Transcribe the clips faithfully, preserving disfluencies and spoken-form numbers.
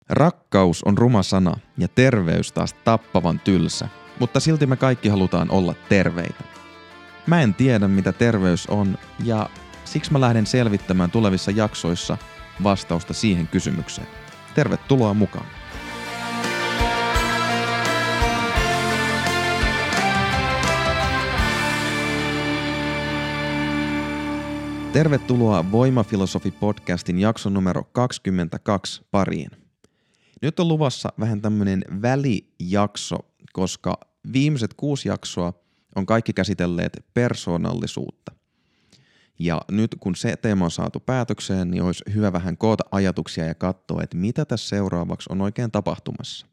Rakkaus on ruma sana ja terveys taas tappavan tylsä, mutta silti me kaikki halutaan olla terveitä. Mä en tiedä mitä terveys on ja siksi mä lähden selvittämään tulevissa jaksoissa vastausta siihen kysymykseen. Tervetuloa mukaan! Tervetuloa Voimafilosofi-podcastin jakson numero kaksikymmentäkaksi pariin. Nyt on luvassa vähän tämmönen välijakso, koska viimeiset kuusi jaksoa on kaikki käsitelleet persoonallisuutta. Ja nyt kun se teema on saatu päätökseen, niin olisi hyvä vähän koota ajatuksia ja katsoa, että mitä tässä seuraavaksi on oikein tapahtumassa.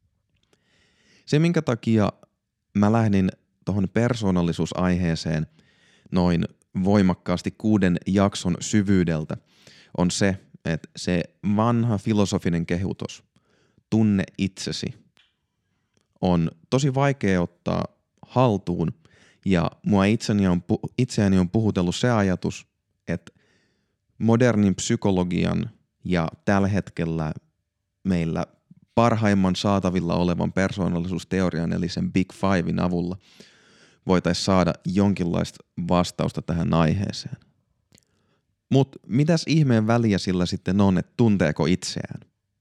Se, minkä takia mä lähdin tuohon persoonallisuusaiheeseen noin voimakkaasti kuuden jakson syvyydeltä, on se, että se vanha filosofinen kehutus, tunne itsesi, on tosi vaikea ottaa haltuun ja mua itseäni on, itseäni on puhutellut se ajatus, että modernin psykologian ja tällä hetkellä meillä parhaimman saatavilla olevan persoonallisuusteorian eli sen Big Fivein avulla voitaisiin saada jonkinlaista vastausta tähän aiheeseen. Mutta mitäs ihmeen väliä sillä sitten on, että tunteeko itseään?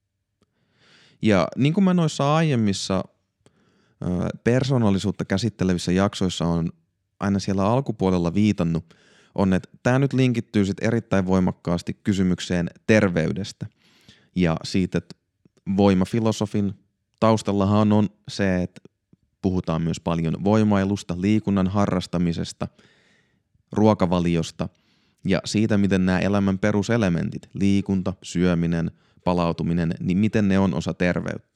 Ja niin kuin mä noissa aiemmissa ö, persoonallisuutta käsittelevissä jaksoissa on aina siellä alkupuolella viitannut, on, että tämä nyt linkittyy sitten erittäin voimakkaasti kysymykseen terveydestä. Ja siitä, että voimafilosofin taustallahan on se, että puhutaan myös paljon voimailusta, liikunnan harrastamisesta, ruokavaliosta ja siitä, miten nämä elämän peruselementit, liikunta, syöminen, palautuminen, niin miten ne on osa terveyttä.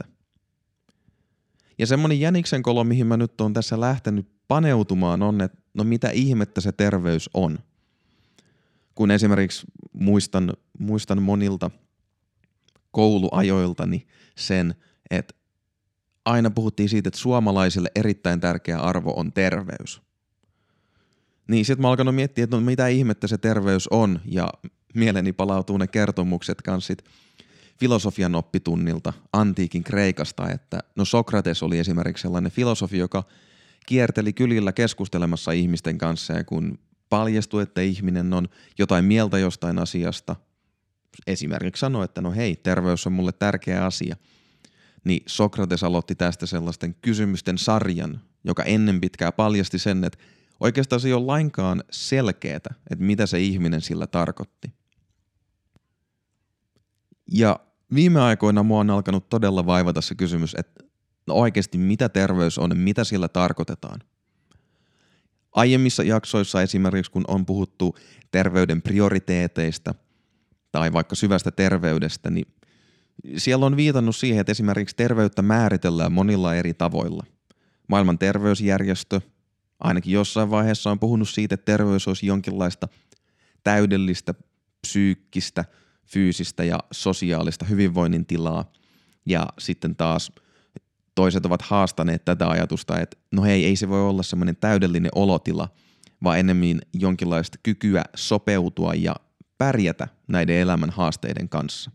Ja semmoinen jäniksen kolo, mihin mä nyt oon tässä lähtenyt paneutumaan on, että no mitä ihmettä se terveys on. Kun esimerkiksi muistan, muistan monilta kouluajoiltani sen, että aina puhuttiin siitä, että suomalaisille erittäin tärkeä arvo on terveys. Niin sit mä alkanut miettiä, että no mitä ihmettä se terveys on, ja mieleeni palautuu ne kertomukset kans sit filosofian oppitunnilta antiikin Kreikasta, että no Sokrates oli esimerkiksi sellainen filosofi, joka kierteli kylillä keskustelemassa ihmisten kanssa, ja kun paljastui, että ihminen on jotain mieltä jostain asiasta, esimerkiksi sanoi, että no hei, terveys on mulle tärkeä asia, niin Sokrates aloitti tästä sellaisten kysymysten sarjan, joka ennen pitkää paljasti sen, että oikeastaan se ei ole lainkaan selkeätä, että mitä se ihminen sillä tarkoitti. Ja viime aikoina mua on alkanut todella vaivata se kysymys, että no oikeasti mitä terveys on, mitä sillä tarkoitetaan. Aiemmissa jaksoissa esimerkiksi, kun on puhuttu terveyden prioriteeteista tai vaikka syvästä terveydestä, niin siellä on viitannut siihen, että esimerkiksi terveyttä määritellään monilla eri tavoilla. Maailman terveysjärjestö ainakin jossain vaiheessa on puhunut siitä, että terveys olisi jonkinlaista täydellistä, psyykkistä, fyysistä ja sosiaalista hyvinvoinnin tilaa. Ja sitten taas toiset ovat haastaneet tätä ajatusta, että no hei, ei se voi olla semmoinen täydellinen olotila, vaan enemmän jonkinlaista kykyä sopeutua ja pärjätä näiden elämän haasteiden kanssa.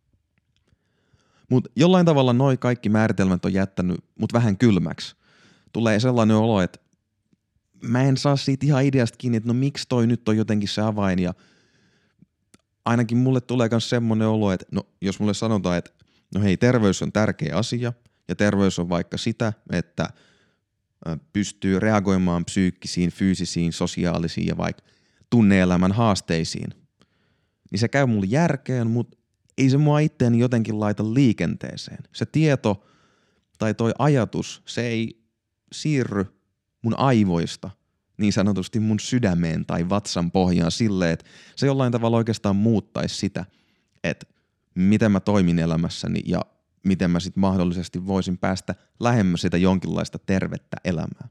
Mutta jollain tavalla noi kaikki määritelmät on jättänyt mut vähän kylmäksi. Tulee sellainen olo, että mä en saa siitä ihan ideasta kiinni, että no miksi toi nyt on jotenkin se avain. Ja ainakin mulle tulee myös semmoinen olo, että no jos mulle sanotaan, että no hei, terveys on tärkeä asia ja terveys on vaikka sitä, että pystyy reagoimaan psyykkisiin, fyysisiin, sosiaalisiin ja vaikka tunne-elämän haasteisiin, niin se käy mulle järkeen, mutta ei se mua itteeni jotenkin laita liikenteeseen. Se tieto tai toi ajatus, se ei siirry mun aivoista niin sanotusti mun sydämeen tai vatsan pohjaan silleen, että se jollain tavalla oikeastaan muuttaisi sitä, että miten mä toimin elämässäni ja miten mä sit mahdollisesti voisin päästä lähemmäs sitä jonkinlaista tervettä elämää.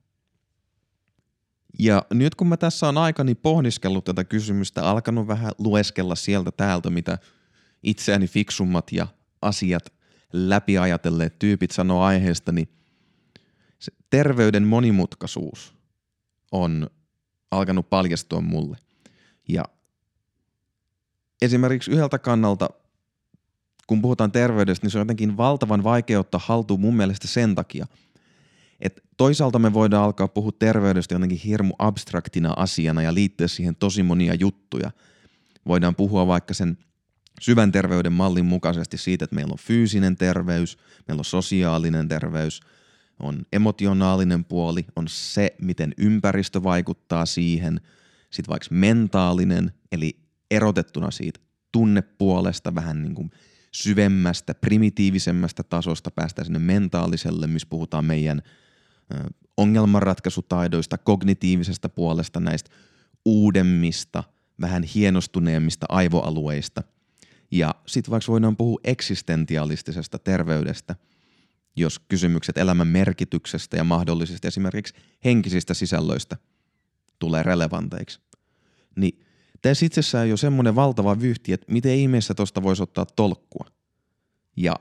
Ja nyt kun mä tässä on aikani pohniskellut tätä kysymystä, alkanut vähän lueskella sieltä täältä, mitä itseäni fiksummat ja asiat läpi ajatelleet tyypit sanoo aiheesta, niin se terveyden monimutkaisuus on alkanut paljastua mulle. Ja esimerkiksi yhdeltä kannalta kun puhutaan terveydestä, niin se on jotenkin valtavan vaikea ottaa haltuun mun mielestä sen takia, että toisaalta me voidaan alkaa puhua terveydestä jotenkin hirmu abstraktina asiana ja liittyä siihen tosi monia juttuja. Voidaan puhua vaikka sen syvän terveyden mallin mukaisesti siitä, että meillä on fyysinen terveys, meillä on sosiaalinen terveys, on emotionaalinen puoli, on se, miten ympäristö vaikuttaa siihen, sitten vaikka mentaalinen, eli erotettuna siitä tunnepuolesta vähän niin kuin syvemmästä, primitiivisemmästä tasosta päästään sinne mentaaliselle, missä puhutaan meidän ö, ongelmanratkaisutaidoista, kognitiivisesta puolesta, näistä uudemmista, vähän hienostuneemmista aivoalueista. Ja sitten vaikka voidaan puhua eksistentialistisesta terveydestä, jos kysymykset elämän merkityksestä ja mahdollisesti esimerkiksi henkisistä sisällöistä tulee relevanteiksi. Niin tässä itsessään on jo semmoinen valtava vyyhti, että miten ihmeessä tosta voisi ottaa tolkkua. Ja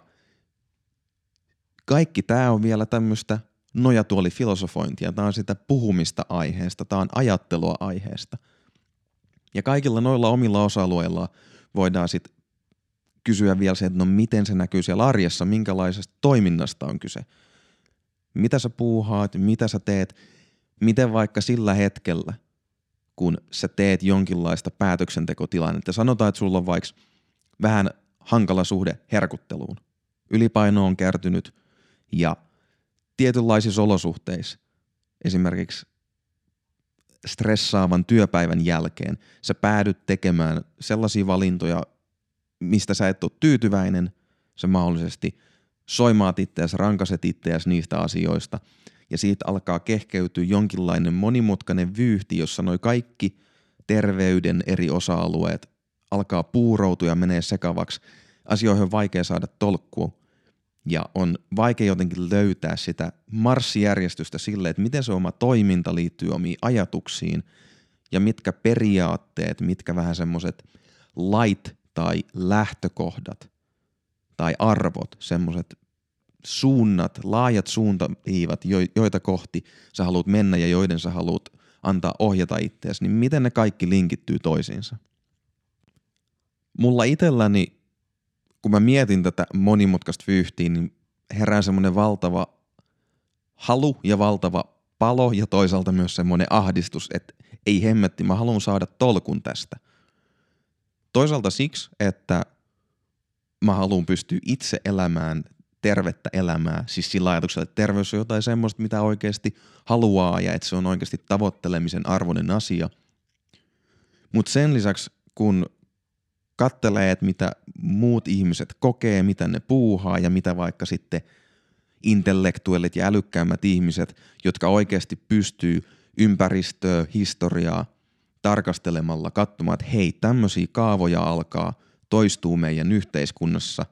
kaikki tämä on vielä tämmöistä nojatuolifilosofointia, tämä on sitä puhumista aiheesta, tämä on ajattelua aiheesta. Ja kaikilla noilla omilla osa-alueilla voidaan sitten kysyä vielä se, että no miten se näkyy siellä arjessa, minkälaisesta toiminnasta on kyse. Mitä sä puuhaat, mitä sä teet, miten vaikka sillä hetkellä, kun sä teet jonkinlaista päätöksentekotilannetta. Sanotaan, että sulla on vaikka vähän hankala suhde herkutteluun. Ylipaino on kertynyt ja tietynlaisissa olosuhteissa, esimerkiksi stressaavan työpäivän jälkeen, sä päädyt tekemään sellaisia valintoja, mistä sä et ole tyytyväinen, sä mahdollisesti soimaat itseäsi, rankaset itseäsi niistä asioista, ja siitä alkaa kehkeytyä jonkinlainen monimutkainen vyyhti, jossa noi kaikki terveyden eri osa-alueet alkaa puuroutua ja menee sekavaksi. Asioihin on vaikea saada tolkkua, ja on vaikea jotenkin löytää sitä marssijärjestystä sille, että miten se oma toiminta liittyy omiin ajatuksiin, ja mitkä periaatteet, mitkä vähän semmoiset lait tai lähtökohdat tai arvot, semmoiset suunnat, laajat suuntaviivat, joita kohti sä haluat mennä ja joiden sä haluat antaa ohjata itseäsi, niin miten ne kaikki linkittyy toisiinsa. Mulla itselläni, kun mä mietin tätä monimutkaista vyyhtiä, niin herää semmoinen valtava halu ja valtava palo ja toisaalta myös semmoinen ahdistus, että ei hemmetti, mä haluan saada tolkun tästä. Toisaalta siksi, että mä haluan pystyä itse elämään tervettä elämää, siis sillä ajatuksella, että terveys on jotain semmoista, mitä oikeasti haluaa ja että se on oikeasti tavoittelemisen arvoinen asia. Mutta sen lisäksi, kun katselee, että mitä muut ihmiset kokee, mitä ne puuhaa ja mitä vaikka sitten intellektuellit ja älykkäämmät ihmiset, jotka oikeasti pystyy ympäristöä, historiaa tarkastelemalla katsomaan, että hei, tämmöisiä kaavoja alkaa toistuu meidän yhteiskunnassa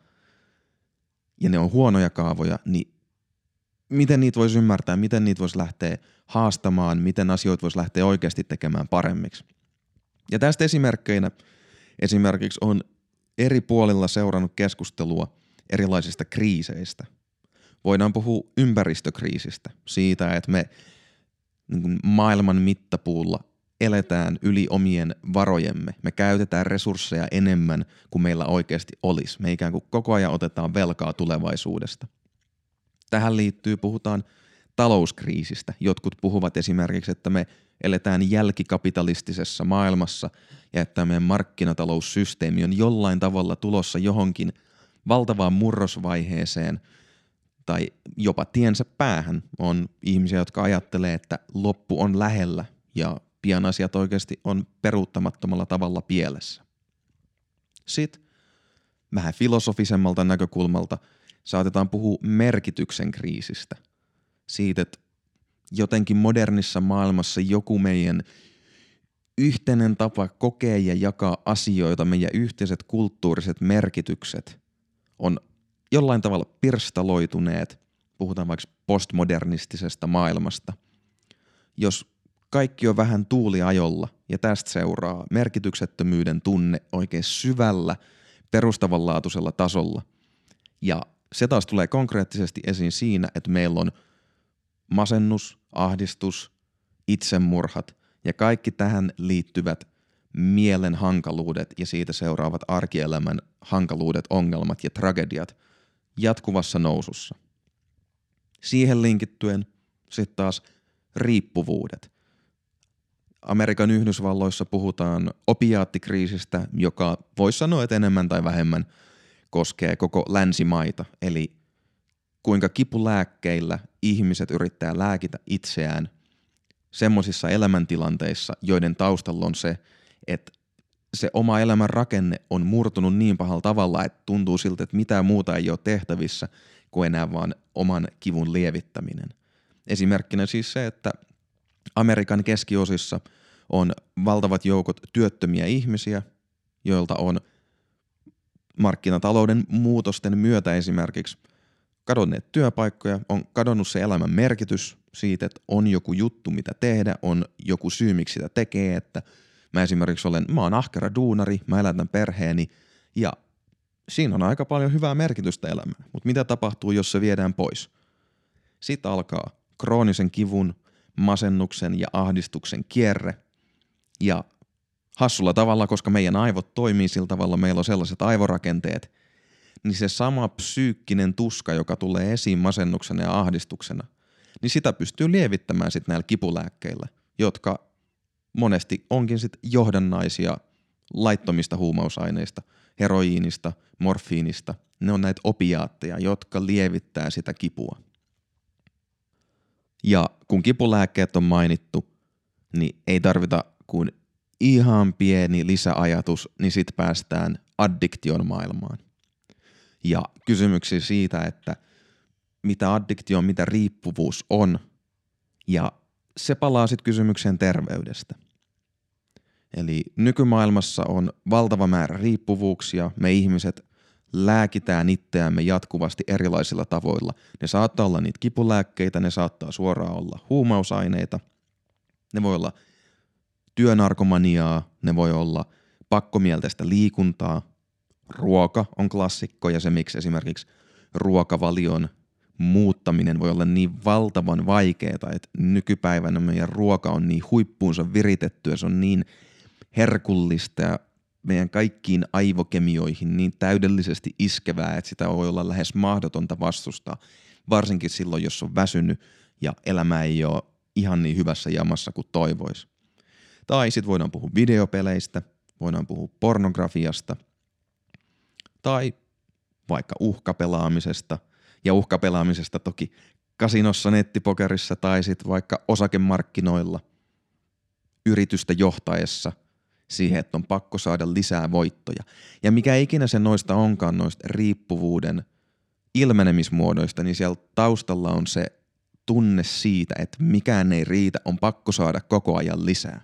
ja ne on huonoja kaavoja, niin miten niitä voisi ymmärtää, miten niitä voisi lähteä haastamaan, miten asioita voisi lähteä oikeasti tekemään paremmiksi. Ja tästä esimerkkeinä esimerkiksi on eri puolilla seurannut keskustelua erilaisista kriiseistä. Voidaan puhua ympäristökriisistä, siitä, että me niin kuin maailman mittapuulla eletään yli omien varojemme. Me käytetään resursseja enemmän kuin meillä oikeasti olisi. Me ikään kuin koko ajan otetaan velkaa tulevaisuudesta. Tähän liittyy, puhutaan talouskriisistä. Jotkut puhuvat esimerkiksi, että me eletään jälkikapitalistisessa maailmassa ja että meidän markkinataloussysteemi on jollain tavalla tulossa johonkin valtavaan murrosvaiheeseen tai jopa tiensä päähän. On ihmisiä, jotka ajattelee, että loppu on lähellä ja pian asiat oikeasti on peruuttamattomalla tavalla pielessä. Sitten vähän filosofisemmalta näkökulmalta saatetaan puhua merkityksen kriisistä. Siitä, että jotenkin modernissa maailmassa joku meidän yhteinen tapa kokea ja jakaa asioita, meidän yhteiset kulttuuriset merkitykset on jollain tavalla pirstaloituneet. Puhutaan vaikka postmodernistisesta maailmasta. Jos kaikki on vähän tuuliajolla ja tästä seuraa merkityksettömyyden tunne oikein syvällä, perustavanlaatuisella tasolla. Ja se taas tulee konkreettisesti esiin siinä, että meillä on masennus, ahdistus, itsemurhat ja kaikki tähän liittyvät mielen hankaluudet ja siitä seuraavat arkielämän hankaluudet, ongelmat ja tragediat jatkuvassa nousussa. Siihen linkittyen sitten taas riippuvuudet. Amerikan Yhdysvalloissa puhutaan opiaattikriisistä, joka voisi sanoa, että enemmän tai vähemmän koskee koko länsimaita, eli kuinka kipulääkkeillä ihmiset yrittää lääkitä itseään semmoisissa elämäntilanteissa, joiden taustalla on se, että se oma elämän rakenne on murtunut niin pahalla tavalla, että tuntuu siltä, että mitään muuta ei ole tehtävissä kuin enää vaan oman kivun lievittäminen. Esimerkkinä siis se, että Amerikan keskiosissa on valtavat joukot työttömiä ihmisiä, joilta on markkinatalouden muutosten myötä esimerkiksi kadonneet työpaikkoja, on kadonnut se elämän merkitys siitä, että on joku juttu, mitä tehdä, on joku syy, miksi sitä tekee, että mä esimerkiksi olen, mä oon ahkera duunari, mä elätän perheeni ja siinä on aika paljon hyvää merkitystä elämään, mutta mitä tapahtuu, jos se viedään pois? Sitten alkaa kroonisen kivun, masennuksen ja ahdistuksen kierre ja hassulla tavalla, koska meidän aivot toimii sillä tavalla, meillä on sellaiset aivorakenteet, niin se sama psyykkinen tuska, joka tulee esiin masennuksena ja ahdistuksena, niin sitä pystyy lievittämään sitten näillä kipulääkkeillä, jotka monesti onkin sitten johdannaisia laittomista huumausaineista, heroiinista, morfiinista. Ne on näitä opiaatteja, jotka lievittää sitä kipua. Ja kun kipulääkkeet on mainittu, niin ei tarvita kuin ihan pieni lisäajatus, niin sitten päästään addiktion maailmaan. Ja kysymyksiä siitä, että mitä addiktio on, mitä riippuvuus on, ja se palaa sitten kysymykseen terveydestä. Eli nykymaailmassa on valtava määrä riippuvuuksia, me ihmiset lääkitään itseämme jatkuvasti erilaisilla tavoilla. Ne saattaa olla niitä kipulääkkeitä, ne saattaa suoraan olla huumausaineita, ne voi olla työnarkomaniaa, ne voi olla pakkomielteistä liikuntaa, ruoka on klassikko ja se miksi esimerkiksi ruokavalion muuttaminen voi olla niin valtavan vaikeaa, että nykypäivänä meidän ruoka on niin huippuunsa viritetty ja se on niin herkullista ja meidän kaikkiin aivokemioihin niin täydellisesti iskevää, että sitä voi olla lähes mahdotonta vastustaa, varsinkin silloin, jos on väsynyt ja elämä ei ole ihan niin hyvässä jamassa kuin toivoisi. Tai sitten voidaan puhua videopeleistä, voidaan puhua pornografiasta tai vaikka uhkapelaamisesta ja uhkapelaamisesta toki kasinossa, nettipokerissa tai sitten vaikka osakemarkkinoilla yritystä johtaessa siihen, että on pakko saada lisää voittoja. Ja mikä ikinä se noista onkaan noista riippuvuuden ilmenemismuodoista, niin siellä taustalla on se tunne siitä, että mikään ei riitä, on pakko saada koko ajan lisää.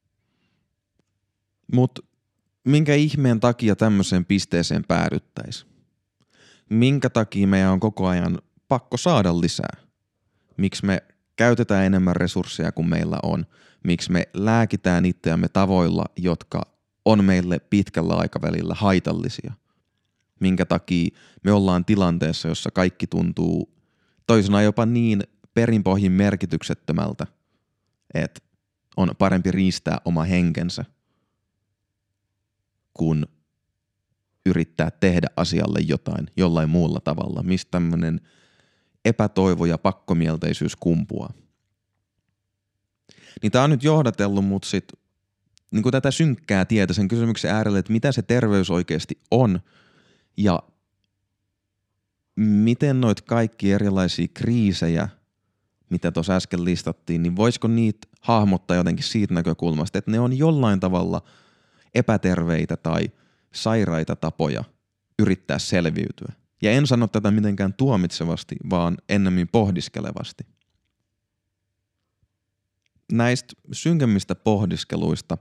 Mutta minkä ihmeen takia tämmöiseen pisteeseen päädyttäisiin? Minkä takia meidän on koko ajan pakko saada lisää? Miksi me käytetään enemmän resursseja kuin meillä on? Miksi me lääkitään itseämme tavoilla, jotka on meille pitkällä aikavälillä haitallisia? Minkä takia me ollaan tilanteessa, jossa kaikki tuntuu toisinaan jopa niin perinpohjin merkityksettömältä, että on parempi riistää oma henkensä, kun yrittää tehdä asialle jotain jollain muulla tavalla, mistä tämmöinen epätoivo ja pakkomielteisyys kumpuaa. Niin tää on nyt johdatellut mut sit niin kuin tätä synkkää tietä sen kysymyksen äärelle, että mitä se terveys oikeasti on ja miten noit kaikki erilaisia kriisejä, mitä tuossa äsken listattiin, niin voisiko niitä hahmottaa jotenkin siitä näkökulmasta, että ne on jollain tavalla epäterveitä tai sairaita tapoja yrittää selviytyä. Ja en sano tätä mitenkään tuomitsevasti, vaan ennemmin pohdiskelevasti. Näistä synkemmistä pohdiskeluista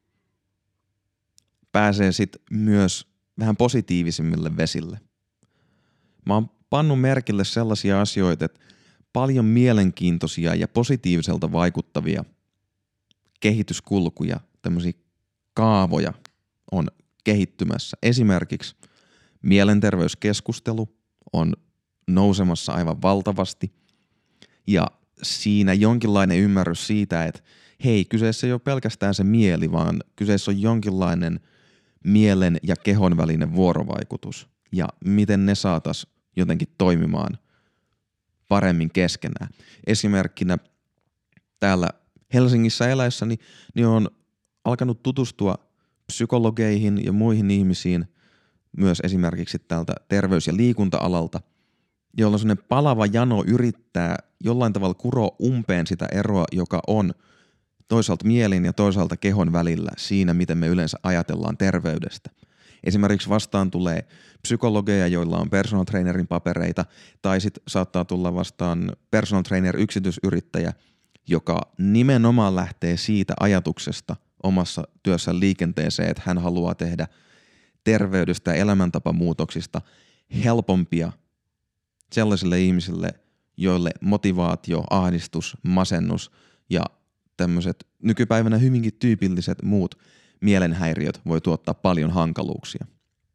pääsee sitten myös vähän positiivisimmille vesille. Mä oon pannut merkille sellaisia asioita, että paljon mielenkiintoisia ja positiiviselta vaikuttavia kehityskulkuja, tämmöisiä kaavoja on kehittymässä. Esimerkiksi mielenterveyskeskustelu on nousemassa aivan valtavasti ja siinä jonkinlainen ymmärrys siitä, että hei, kyseessä ei ole pelkästään se mieli, vaan kyseessä on jonkinlainen mielen ja kehon välinen vuorovaikutus ja miten ne saataisiin jotenkin toimimaan paremmin keskenään. Esimerkkinä täällä Helsingissä eläessäni niin on alkanut tutustua psykologeihin ja muihin ihmisiin, myös esimerkiksi täältä terveys- ja liikunta-alalta, jolla on sellainen palava jano yrittää jollain tavalla kuroa umpeen sitä eroa, joka on toisaalta mielin ja toisaalta kehon välillä siinä, miten me yleensä ajatellaan terveydestä. Esimerkiksi vastaan tulee psykologeja, joilla on personal trainerin papereita, tai sitten saattaa tulla vastaan personal trainer yksityisyrittäjä, joka nimenomaan lähtee siitä ajatuksesta omassa työssään liikenteeseen, että hän haluaa tehdä terveydestä ja elämäntapamuutoksista helpompia sellaisille ihmisille, joille motivaatio, ahdistus, masennus ja tämmöiset nykypäivänä hyvinkin tyypilliset muut mielenhäiriöt voi tuottaa paljon hankaluuksia.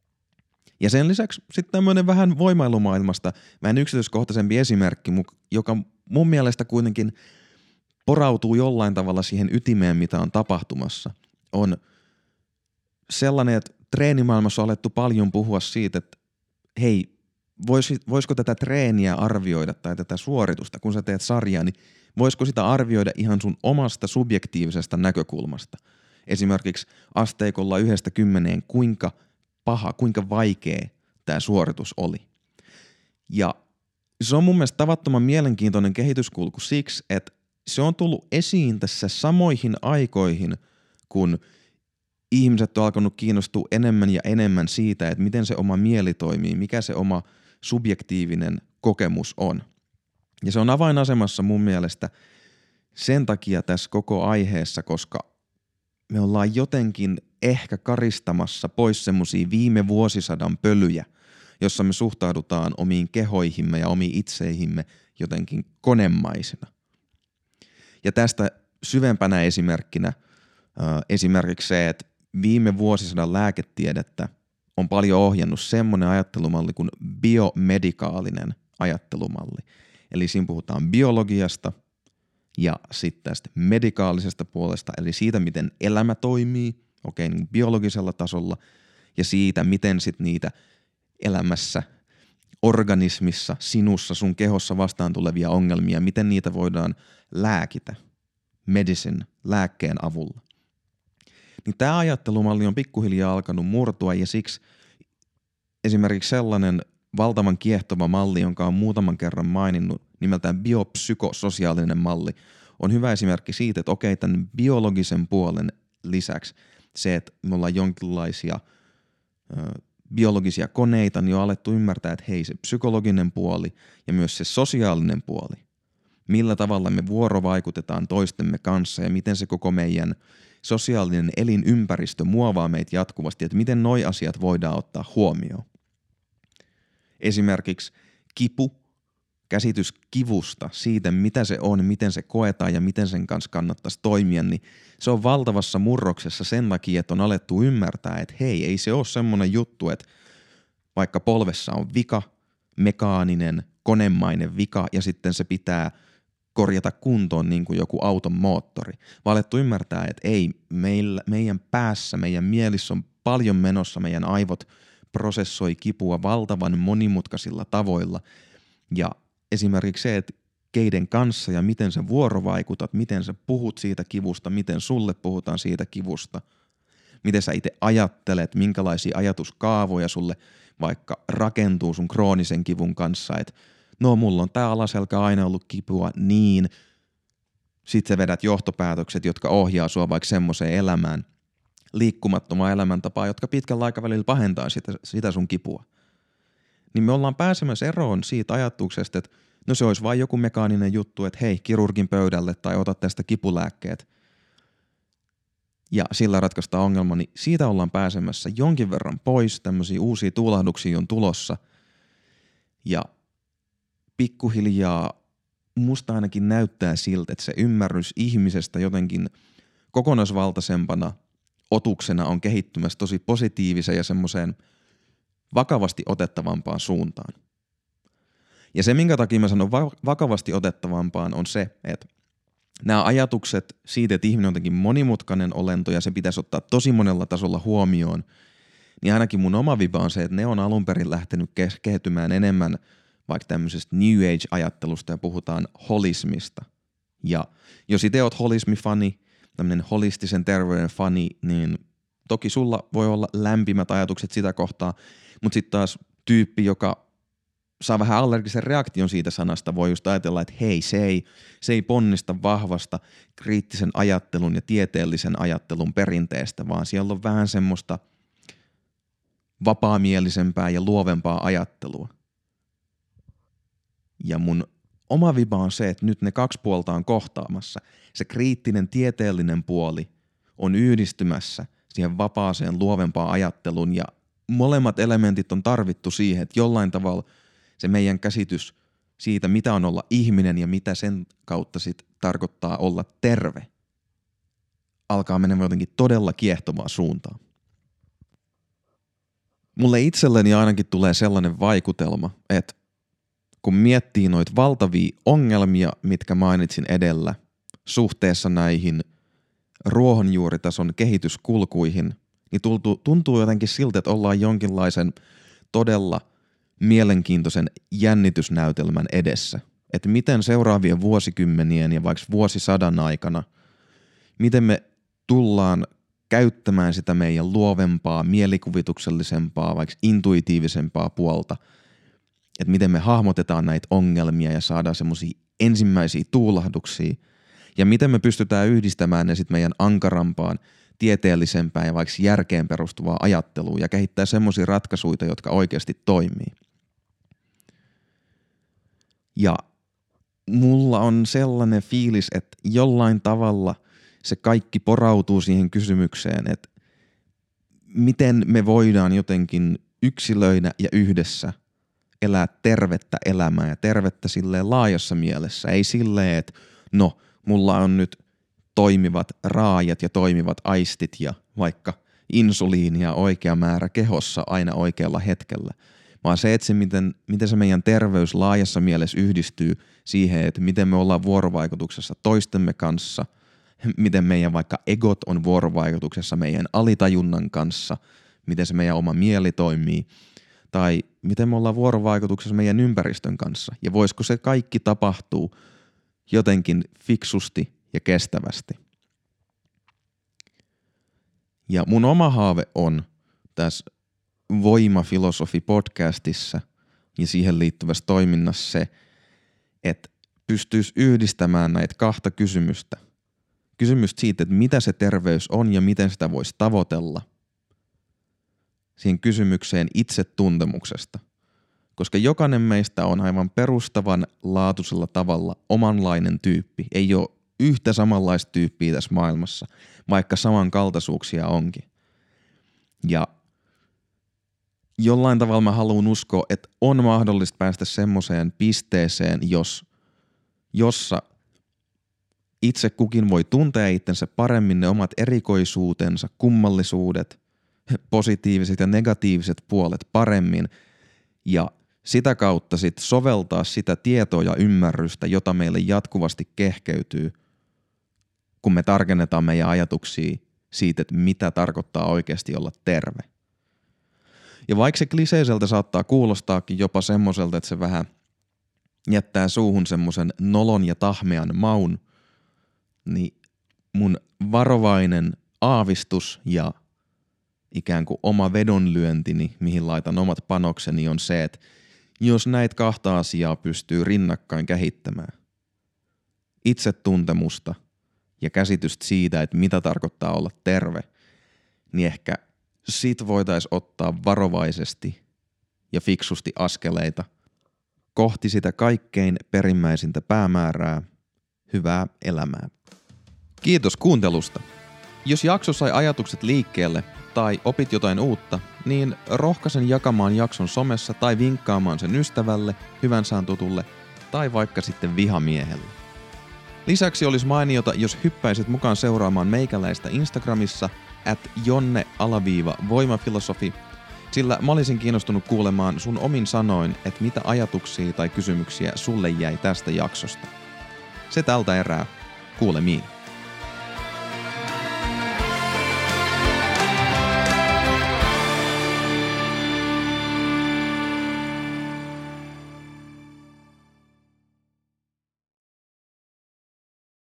Ja sen lisäksi sitten tämmöinen vähän voimailumaailmasta, vähän yksityiskohtaisempi esimerkki, joka mun mielestä kuitenkin porautuu jollain tavalla siihen ytimeen, mitä on tapahtumassa, on sellainen, että treenimaailmassa on alettu paljon puhua siitä, että hei, vois, voisiko tätä treeniä arvioida tai tätä suoritusta, kun sä teet sarjaa, niin voisiko sitä arvioida ihan sun omasta subjektiivisesta näkökulmasta. Esimerkiksi asteikolla yhdestä kymmeneen, kuinka paha, kuinka vaikea tämä suoritus oli. Ja se on mun mielestä tavattoman mielenkiintoinen kehityskulku siksi, että se on tullut esiin tässä samoihin aikoihin, kun ihmiset on alkanut kiinnostua enemmän ja enemmän siitä, että miten se oma mieli toimii, mikä se oma subjektiivinen kokemus on. Ja se on avainasemassa mun mielestä sen takia tässä koko aiheessa, koska me ollaan jotenkin ehkä karistamassa pois semmosia viime vuosisadan pölyjä, jossa me suhtaudutaan omiin kehoihimme ja omiin itseihimme jotenkin konemaisina. Ja tästä syvempänä esimerkkinä äh, esimerkiksi se, että viime vuosisadan lääketiedettä on paljon ohjannut semmoinen ajattelumalli kuin biomedikaalinen ajattelumalli. Eli siinä puhutaan biologiasta ja sitten tästä medikaalisesta puolesta, eli siitä, miten elämä toimii, okei, niin biologisella tasolla, ja siitä, miten sitten niitä elämässä, organismissa, sinussa, sun kehossa vastaan tulevia ongelmia, miten niitä voidaan lääkitä, medicine, lääkkeen avulla. Niin tämä ajattelumalli on pikkuhiljaa alkanut murtua, ja siksi esimerkiksi sellainen valtavan kiehtova malli, jonka on muutaman kerran maininnut, nimeltään biopsykososiaalinen malli, on hyvä esimerkki siitä, että okei, tämän biologisen puolen lisäksi se, että me ollaan jonkinlaisia ö, biologisia koneita, niin on alettu ymmärtää, että hei, se psykologinen puoli ja myös se sosiaalinen puoli, millä tavalla me vuorovaikutetaan toistemme kanssa ja miten se koko meidän sosiaalinen elinympäristö muovaa meitä jatkuvasti, että miten noi asiat voidaan ottaa huomioon. Esimerkiksi kipu, käsitys kivusta, siitä mitä se on, miten se koetaan ja miten sen kanssa kannattaisi toimia, niin se on valtavassa murroksessa sen takia, että on alettu ymmärtää, että hei, ei se ole semmoinen juttu, että vaikka polvessa on vika, mekaaninen, konemainen vika ja sitten se pitää korjata kuntoon niin kuin joku auton moottori, vaan alettu ymmärtää, että ei, meillä, meidän päässä, meidän mielissä on paljon menossa, meidän aivot prosessoi kipua valtavan monimutkaisilla tavoilla ja esimerkiksi se, että keiden kanssa ja miten sä vuorovaikutat, miten sä puhut siitä kivusta, miten sulle puhutaan siitä kivusta, miten sä itse ajattelet, minkälaisia ajatuskaavoja sulle vaikka rakentuu sun kroonisen kivun kanssa, että no mulla on tää alaselkä aina ollut kipua, niin sit sä vedät johtopäätökset, jotka ohjaa sua vaikka semmoiseen elämään, liikkumattomaan elämäntapaan, jotka pitkällä aikavälillä pahentaa sitä, sitä sun kipua. Niin me ollaan pääsemässä eroon siitä ajatuksesta, että no se olisi vain joku mekaaninen juttu, että hei, kirurgin pöydälle tai ota tästä kipulääkkeet ja sillä ratkaistaan ongelma, niin siitä ollaan pääsemässä jonkin verran pois, tämmöisiä uusia tuulahduksia on tulossa ja pikkuhiljaa musta ainakin näyttää siltä, että se ymmärrys ihmisestä jotenkin kokonaisvaltaisempana otuksena on kehittymässä tosi positiiviseen ja semmoiseen vakavasti otettavampaan suuntaan. Ja se, minkä takia mä sanon va- vakavasti otettavampaan, on se, että nämä ajatukset siitä, että ihminen on jotenkin monimutkainen olento ja se pitäisi ottaa tosi monella tasolla huomioon, niin ainakin mun oma viba on se, että ne on alun perin lähtenyt kehittymään enemmän vaikka tämmöisestä New Age-ajattelusta ja puhutaan holismista. Ja jos itse oot holismifani, tämmöinen holistisen terveyden fani, niin toki sulla voi olla lämpimät ajatukset sitä kohtaa, mutta sitten taas tyyppi, joka saa vähän allergisen reaktion siitä sanasta, voi just ajatella, että hei, se ei, se ei ponnista vahvasta kriittisen ajattelun ja tieteellisen ajattelun perinteestä, vaan siellä on vähän semmoista vapaamielisempää ja luovempaa ajattelua. Ja mun oma viba on se, että nyt ne kaksi puolta on kohtaamassa. Se kriittinen tieteellinen puoli on yhdistymässä siihen vapaaseen luovempaan ajatteluun ja molemmat elementit on tarvittu siihen, että jollain tavalla se meidän käsitys siitä, mitä on olla ihminen ja mitä sen kautta sit tarkoittaa olla terve, alkaa menemään jotenkin todella kiehtovaan suuntaan. Mulle itselleni ainakin tulee sellainen vaikutelma, että kun miettii noita valtavia ongelmia, mitkä mainitsin edellä, suhteessa näihin ruohonjuuritason kehityskulkuihin, niin tuntuu, tuntuu jotenkin siltä, että ollaan jonkinlaisen todella mielenkiintoisen jännitysnäytelmän edessä. Että miten seuraavien vuosikymmenien ja vaikka vuosisadan aikana, miten me tullaan käyttämään sitä meidän luovempaa, mielikuvituksellisempaa, vaikka intuitiivisempaa puolta, että miten me hahmotetaan näitä ongelmia ja saadaan semmoisia ensimmäisiä tuulahduksia, ja miten me pystytään yhdistämään ne sitten meidän ankarampaan, tieteellisempään ja vaikka järkeen perustuvaa ajattelua ja kehittää semmoisia ratkaisuja, jotka oikeasti toimii. Ja mulla on sellainen fiilis, että jollain tavalla se kaikki porautuu siihen kysymykseen, että miten me voidaan jotenkin yksilöinä ja yhdessä elää tervettä elämää ja tervettä silleen laajassa mielessä. Ei silleen, että no, mulla on nyt toimivat raajat ja toimivat aistit ja vaikka insuliinia oikea määrä kehossa aina oikealla hetkellä, vaan se, että se miten, miten se meidän terveys laajassa mielessä yhdistyy siihen, että miten me ollaan vuorovaikutuksessa toistemme kanssa, miten meidän vaikka egot on vuorovaikutuksessa meidän alitajunnan kanssa, miten se meidän oma mieli toimii, tai miten me ollaan vuorovaikutuksessa meidän ympäristön kanssa, ja voisiko se kaikki tapahtuu jotenkin fiksusti ja kestävästi. Ja mun oma haave on tässä Voimafilosofi-podcastissa ja siihen liittyvässä toiminnassa se, että pystyisi yhdistämään näitä kahta kysymystä. Kysymystä siitä, että mitä se terveys on ja miten sitä voisi tavoitella. Siihen kysymykseen itsetuntemuksesta. Koska jokainen meistä on aivan perustavan laatuisella tavalla omanlainen tyyppi. Ei ole yhtä samanlaista tyyppiä tässä maailmassa, vaikka samankaltaisuuksia onkin. Ja jollain tavalla mä haluan uskoa, että on mahdollista päästä semmoiseen pisteeseen, jos, jossa itse kukin voi tuntea itsensä paremmin ne omat erikoisuutensa, kummallisuudet, positiiviset ja negatiiviset puolet paremmin ja sitä kautta sitten soveltaa sitä tietoa ja ymmärrystä, jota meille jatkuvasti kehkeytyy, kun me tarkennetaan meidän ajatuksia siitä, että mitä tarkoittaa oikeasti olla terve. Ja vaikka se kliseiseltä saattaa kuulostaakin jopa semmoiselta, että se vähän jättää suuhun semmoisen nolon ja tahmean maun, niin mun varovainen aavistus ja ikään kuin oma vedonlyöntini, mihin laitan omat panokseni, on se, että jos näitä kahta asiaa pystyy rinnakkain kehittämään, itsetuntemusta ja käsitystä siitä, että mitä tarkoittaa olla terve, niin ehkä sit voitaisiin ottaa varovaisesti ja fiksusti askeleita kohti sitä kaikkein perimmäisintä päämäärää, hyvää elämää. Kiitos kuuntelusta. Jos jakso sai ajatukset liikkeelle tai opit jotain uutta, niin rohkaisen jakamaan jakson somessa tai vinkkaamaan sen ystävälle, hyvän sään tutulle tai vaikka sitten vihamiehelle. Lisäksi olisi mainiota, jos hyppäisit mukaan seuraamaan meikäläistä Instagramissa at jonne-voimafilosofi, sillä mä olisin kiinnostunut kuulemaan sun omin sanoin, että mitä ajatuksia tai kysymyksiä sulle jäi tästä jaksosta. Se tältä erää. Kuulemiin.